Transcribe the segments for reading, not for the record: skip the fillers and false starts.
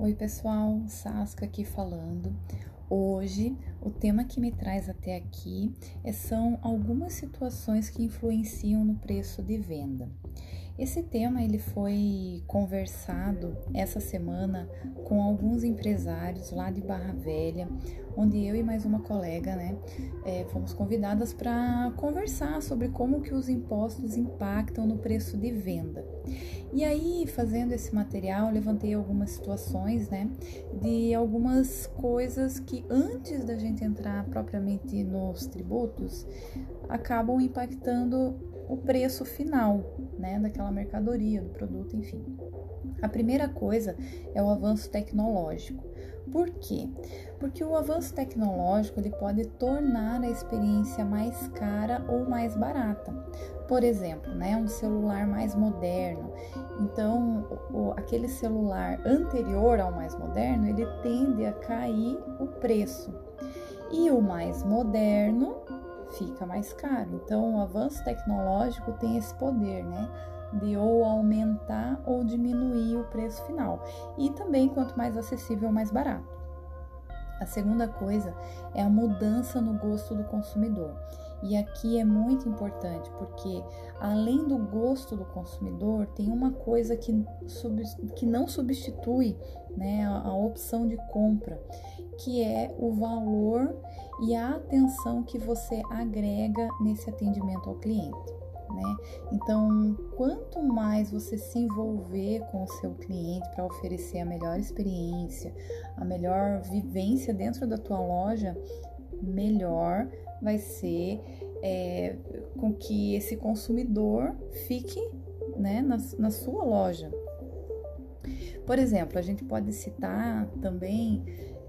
Oi pessoal, Sasca aqui falando. Hoje, o tema que me traz até aqui são algumas situações que influenciam no preço de venda. Esse tema ele foi conversado essa semana com alguns empresários lá de Barra Velha, onde eu e mais uma colega, fomos convidadas para conversar sobre como que os impostos impactam no preço de venda. E aí, fazendo esse material, eu levantei algumas situações, de algumas coisas que antes da gente entrar propriamente nos tributos, acabam impactando o preço final, daquela mercadoria, do produto, enfim. A primeira coisa é o avanço tecnológico. Por quê? Porque o avanço tecnológico ele pode tornar a experiência mais cara ou mais barata. Por exemplo, um celular mais moderno. Então, aquele celular anterior ao mais moderno, ele tende a cair o preço. E o mais moderno fica mais caro. Então, o avanço tecnológico tem esse poder, de ou aumentar ou diminuir o preço final. E também, quanto mais acessível, mais barato. A segunda coisa é a mudança no gosto do consumidor. E aqui é muito importante, porque além do gosto do consumidor, tem uma coisa que não substitui, a opção de compra, que é o valor e a atenção que você agrega nesse atendimento ao cliente. Então, quanto mais você se envolver com o seu cliente para oferecer a melhor experiência, a melhor vivência dentro da tua loja, melhor vai ser com que esse consumidor fique na sua loja. Por exemplo, a gente pode citar também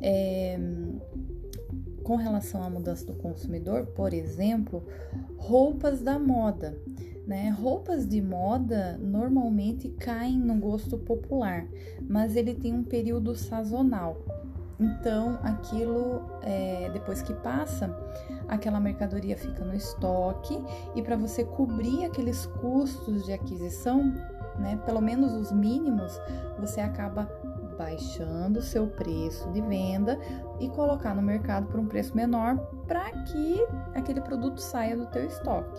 com relação à mudança do consumidor, por exemplo, roupas da moda. Roupas de moda normalmente caem no gosto popular, mas ele tem um período sazonal. Então, aquilo, depois que passa, aquela mercadoria fica no estoque e para você cobrir aqueles custos de aquisição, pelo menos os mínimos, você acaba baixando o seu preço de venda e colocar no mercado por um preço menor para que aquele produto saia do teu estoque.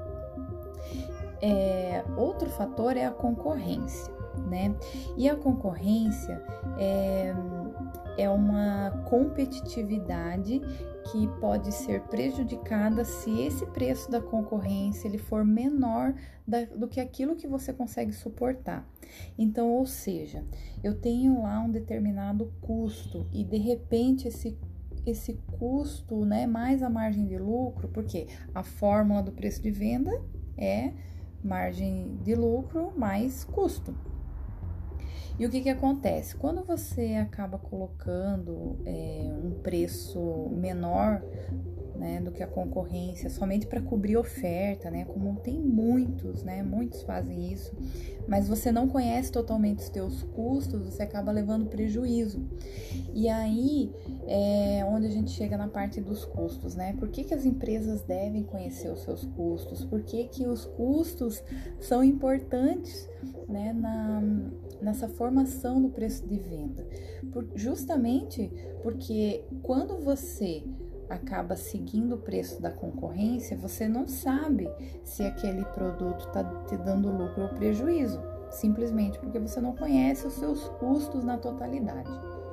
Outro fator é a concorrência, E a concorrência é uma competitividade que pode ser prejudicada se esse preço da concorrência ele for menor do que aquilo que você consegue suportar. Então, ou seja, eu tenho lá um determinado custo e de repente esse custo, mais a margem de lucro, porque a fórmula do preço de venda é margem de lucro mais custo. E o que acontece? Quando você acaba colocando um preço menor do que a concorrência, somente para cobrir oferta, como tem muitos, muitos fazem isso, mas você não conhece totalmente os teus custos, você acaba levando prejuízo. E aí é onde a gente chega na parte dos custos, Por que as empresas devem conhecer os seus custos? Por que os custos são importantes, nessa formação do preço de venda? Justamente porque quando você acaba seguindo o preço da concorrência, você não sabe se aquele produto está te dando lucro ou prejuízo, simplesmente porque você não conhece os seus custos na totalidade.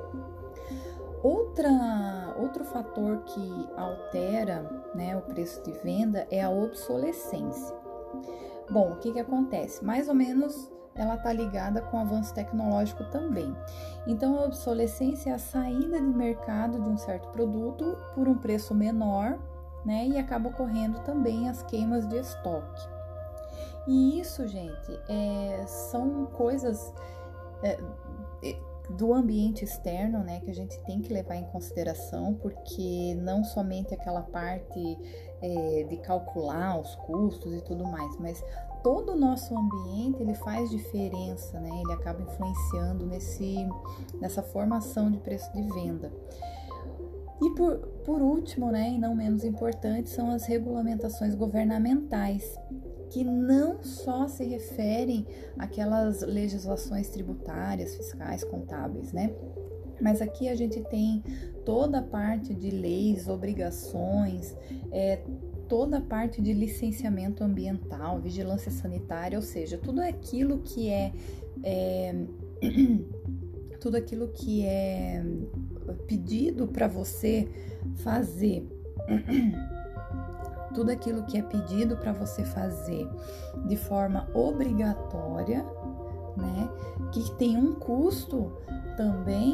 Outro fator que altera, o preço de venda é a obsolescência. Bom, o que acontece? Mais ou menos ela está ligada com o avanço tecnológico também. Então, a obsolescência é a saída de mercado de um certo produto por um preço menor, e acaba ocorrendo também as queimas de estoque. E isso, gente, são coisas do ambiente externo, que a gente tem que levar em consideração, porque não somente aquela parte de calcular os custos e tudo mais, mas todo o nosso ambiente ele faz diferença, ele acaba influenciando nessa formação de preço de venda. E por último, e não menos importante, são as regulamentações governamentais, que não só se referem àquelas legislações tributárias, fiscais, contábeis, né? Mas aqui a gente tem toda a parte de leis, obrigações, toda a parte de licenciamento ambiental, vigilância sanitária, ou seja, tudo aquilo que é tudo aquilo que é pedido para você fazer, tudo aquilo que é pedido para você fazer de forma obrigatória, né, que tem um custo também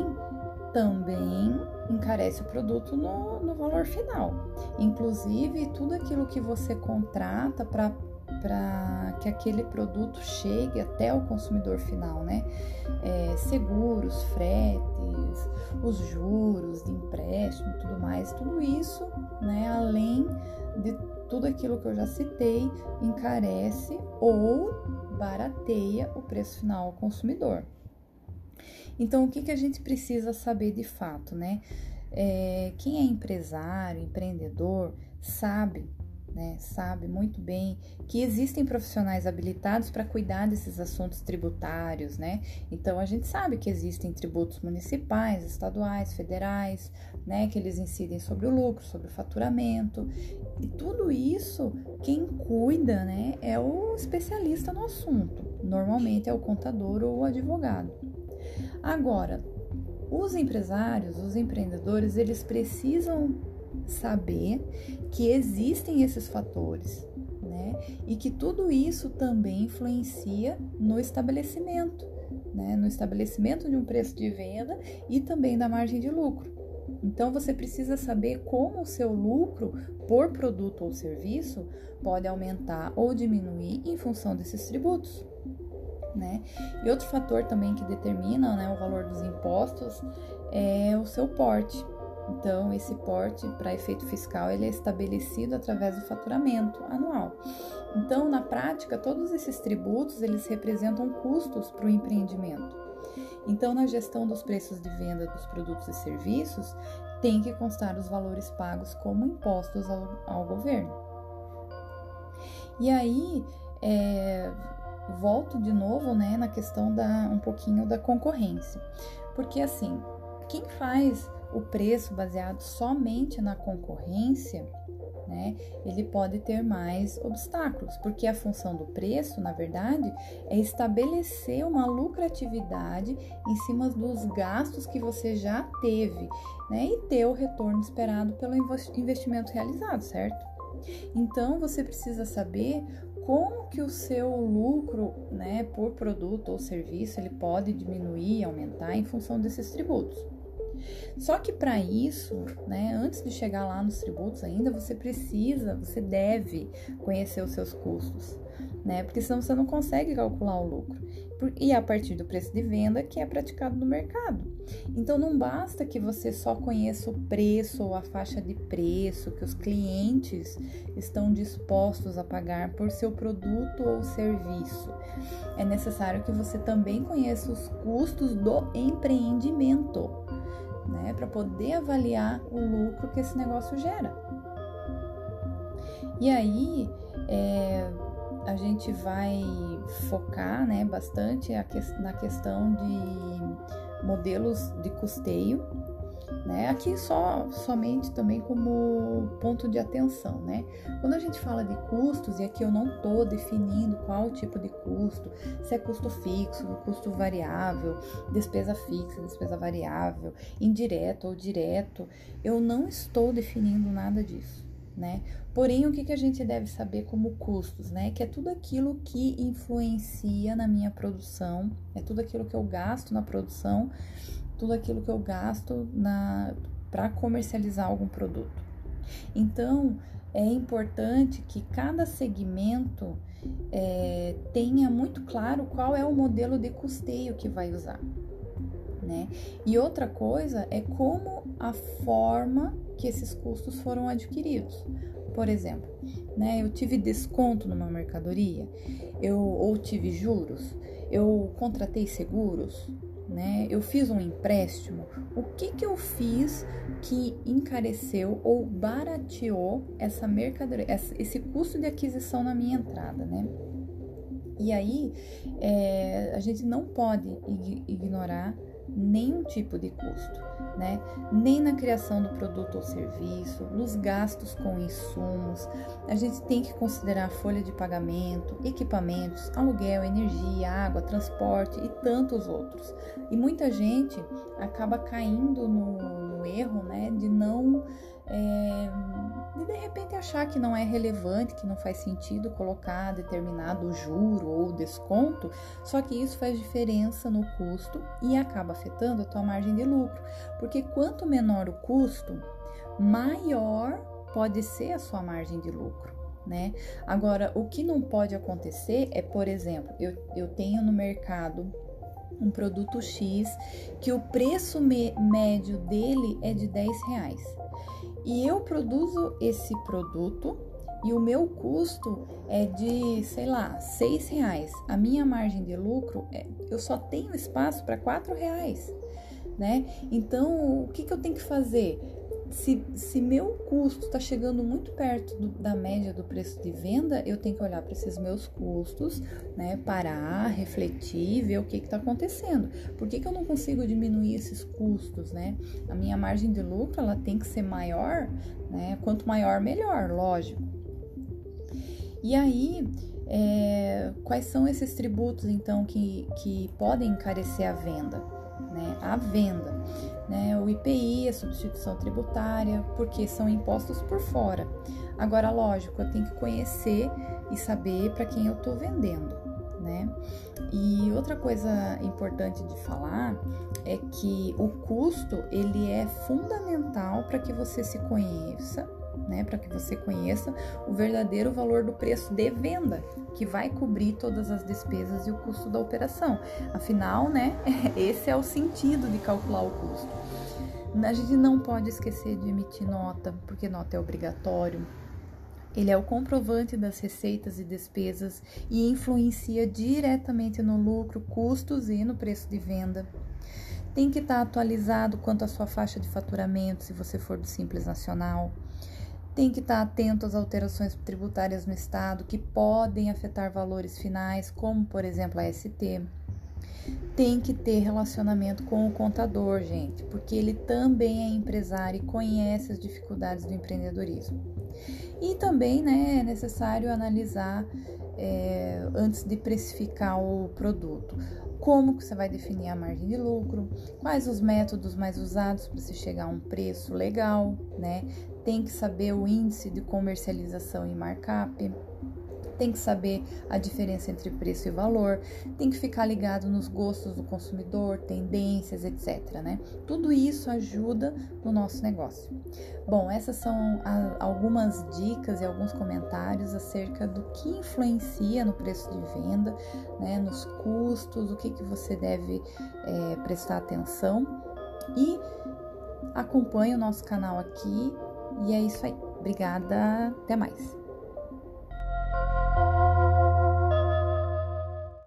encarece o produto no valor final. Inclusive, tudo aquilo que você contrata para que aquele produto chegue até o consumidor final, né? Seguros, fretes, os juros de empréstimo e tudo mais, tudo isso, né? Além de tudo aquilo que eu já citei, encarece ou barateia o preço final ao consumidor. Então, o que a gente precisa saber de fato, né? Quem é empresário, empreendedor, sabe muito bem que existem profissionais habilitados para cuidar desses assuntos tributários, né? Então, a gente sabe que existem tributos municipais, estaduais, federais, né? Que eles incidem sobre o lucro, sobre o faturamento. E tudo isso, quem cuida, né? É o especialista no assunto. Normalmente é o contador ou o advogado. Agora, os empresários, os empreendedores, eles precisam saber que existem esses fatores, né? E que tudo isso também influencia no estabelecimento, né? No estabelecimento de um preço de venda e também da margem de lucro. Então, você precisa saber como o seu lucro por produto ou serviço pode aumentar ou diminuir em função desses tributos, né? E outro fator também que determina, né, o valor dos impostos é o seu porte. Então, esse porte, para efeito fiscal, ele é estabelecido através do faturamento anual. Então, na prática, todos esses tributos, eles representam custos para o empreendimento. Então, na gestão dos preços de venda dos produtos e serviços, tem que constar os valores pagos como impostos ao governo. E aí, volto de novo, né, na questão um pouquinho da concorrência. Porque, assim, quem faz o preço baseado somente na concorrência, né, ele pode ter mais obstáculos, porque a função do preço, na verdade, é estabelecer uma lucratividade em cima dos gastos que você já teve, né, e ter o retorno esperado pelo investimento realizado, certo? Então, você precisa saber como que o seu lucro, né, por produto ou serviço, ele pode diminuir, aumentar em função desses tributos. Só que para isso, né, antes de chegar lá nos tributos ainda, você deve conhecer os seus custos, né? Porque senão você não consegue calcular o lucro. E a partir do preço de venda que é praticado no mercado. Então não basta que você só conheça o preço ou a faixa de preço que os clientes estão dispostos a pagar por seu produto ou serviço. É necessário que você também conheça os custos do empreendimento, né, para poder avaliar o lucro que esse negócio gera. E aí, a gente vai focar, né, bastante na questão de modelos de custeio, né, aqui somente também como ponto de atenção, né. Quando a gente fala de custos, e aqui eu não estou definindo qual tipo de custo, se é custo fixo, custo variável, despesa fixa, despesa variável, indireto ou direto, eu não estou definindo nada disso, né. Porém, o que a gente deve saber como custos, né, que é tudo aquilo que influencia na minha produção, é tudo aquilo que eu gasto na produção, tudo aquilo que eu gasto para comercializar algum produto. Então, é importante que cada segmento tenha muito claro qual é o modelo de custeio que vai usar, né? E outra coisa é como a forma que esses custos foram adquiridos. Por exemplo, né, eu tive desconto numa mercadoria, ou tive juros, eu contratei seguros, né? Eu fiz um empréstimo, o que eu fiz que encareceu ou barateou essa mercadoria, esse custo de aquisição na minha entrada, né? E aí, a gente não pode ignorar nenhum tipo de custo, né? Nem na criação do produto ou serviço, nos gastos com insumos. A gente tem que considerar a folha de pagamento, equipamentos, aluguel, energia, água, transporte e tantos outros. E muita gente acaba caindo no erro, né, de não de repente achar que não é relevante, que não faz sentido colocar determinado juro ou desconto, só que isso faz diferença no custo e acaba afetando a tua margem de lucro, porque quanto menor o custo, maior pode ser a sua margem de lucro, né? Agora, o que não pode acontecer é, por exemplo, eu tenho no mercado um produto X que o preço médio dele é de R$10. E eu produzo esse produto e o meu custo é de, sei lá, R$6. A minha margem de lucro, eu só tenho espaço para R$4, né? Então, o que eu tenho que fazer? Se meu custo está chegando muito perto da média do preço de venda, eu tenho que olhar para esses meus custos, né? Parar, refletir, ver o que está acontecendo. Por que eu não consigo diminuir esses custos, né? A minha margem de lucro, ela tem que ser maior, né? Quanto maior, melhor, lógico. E aí, quais são esses tributos, então, que podem encarecer a venda, né? A venda, né? O IPI, a substituição tributária, porque são impostos por fora. Agora, lógico, eu tenho que conhecer e saber para quem eu estou vendendo, né? E outra coisa importante de falar é que o custo, ele é fundamental para que você se conheça, né, para que você conheça o verdadeiro valor do preço de venda, que vai cobrir todas as despesas e o custo da operação. Afinal, né, esse é o sentido de calcular o custo. A gente não pode esquecer de emitir nota, porque nota é obrigatório. Ele é o comprovante das receitas e despesas e influencia diretamente no lucro, custos e no preço de venda. Tem que estar atualizado quanto à sua faixa de faturamento, se você for do Simples Nacional. Tem que estar atento às alterações tributárias no estado que podem afetar valores finais, como, por exemplo, a ST. Tem que ter relacionamento com o contador, gente, porque ele também é empresário e conhece as dificuldades do empreendedorismo. E também, né, é necessário analisar antes de precificar o produto. Como que você vai definir a margem de lucro, quais os métodos mais usados para se chegar a um preço legal, né? Tem que saber o índice de comercialização e markup, tem que saber a diferença entre preço e valor, tem que ficar ligado nos gostos do consumidor, tendências, etc, né? Tudo isso ajuda no nosso negócio. Bom, essas são algumas dicas e alguns comentários acerca do que influencia no preço de venda, né? Nos custos, o que você deve prestar atenção. E acompanhe o nosso canal aqui. E é isso aí. Obrigada. Até mais.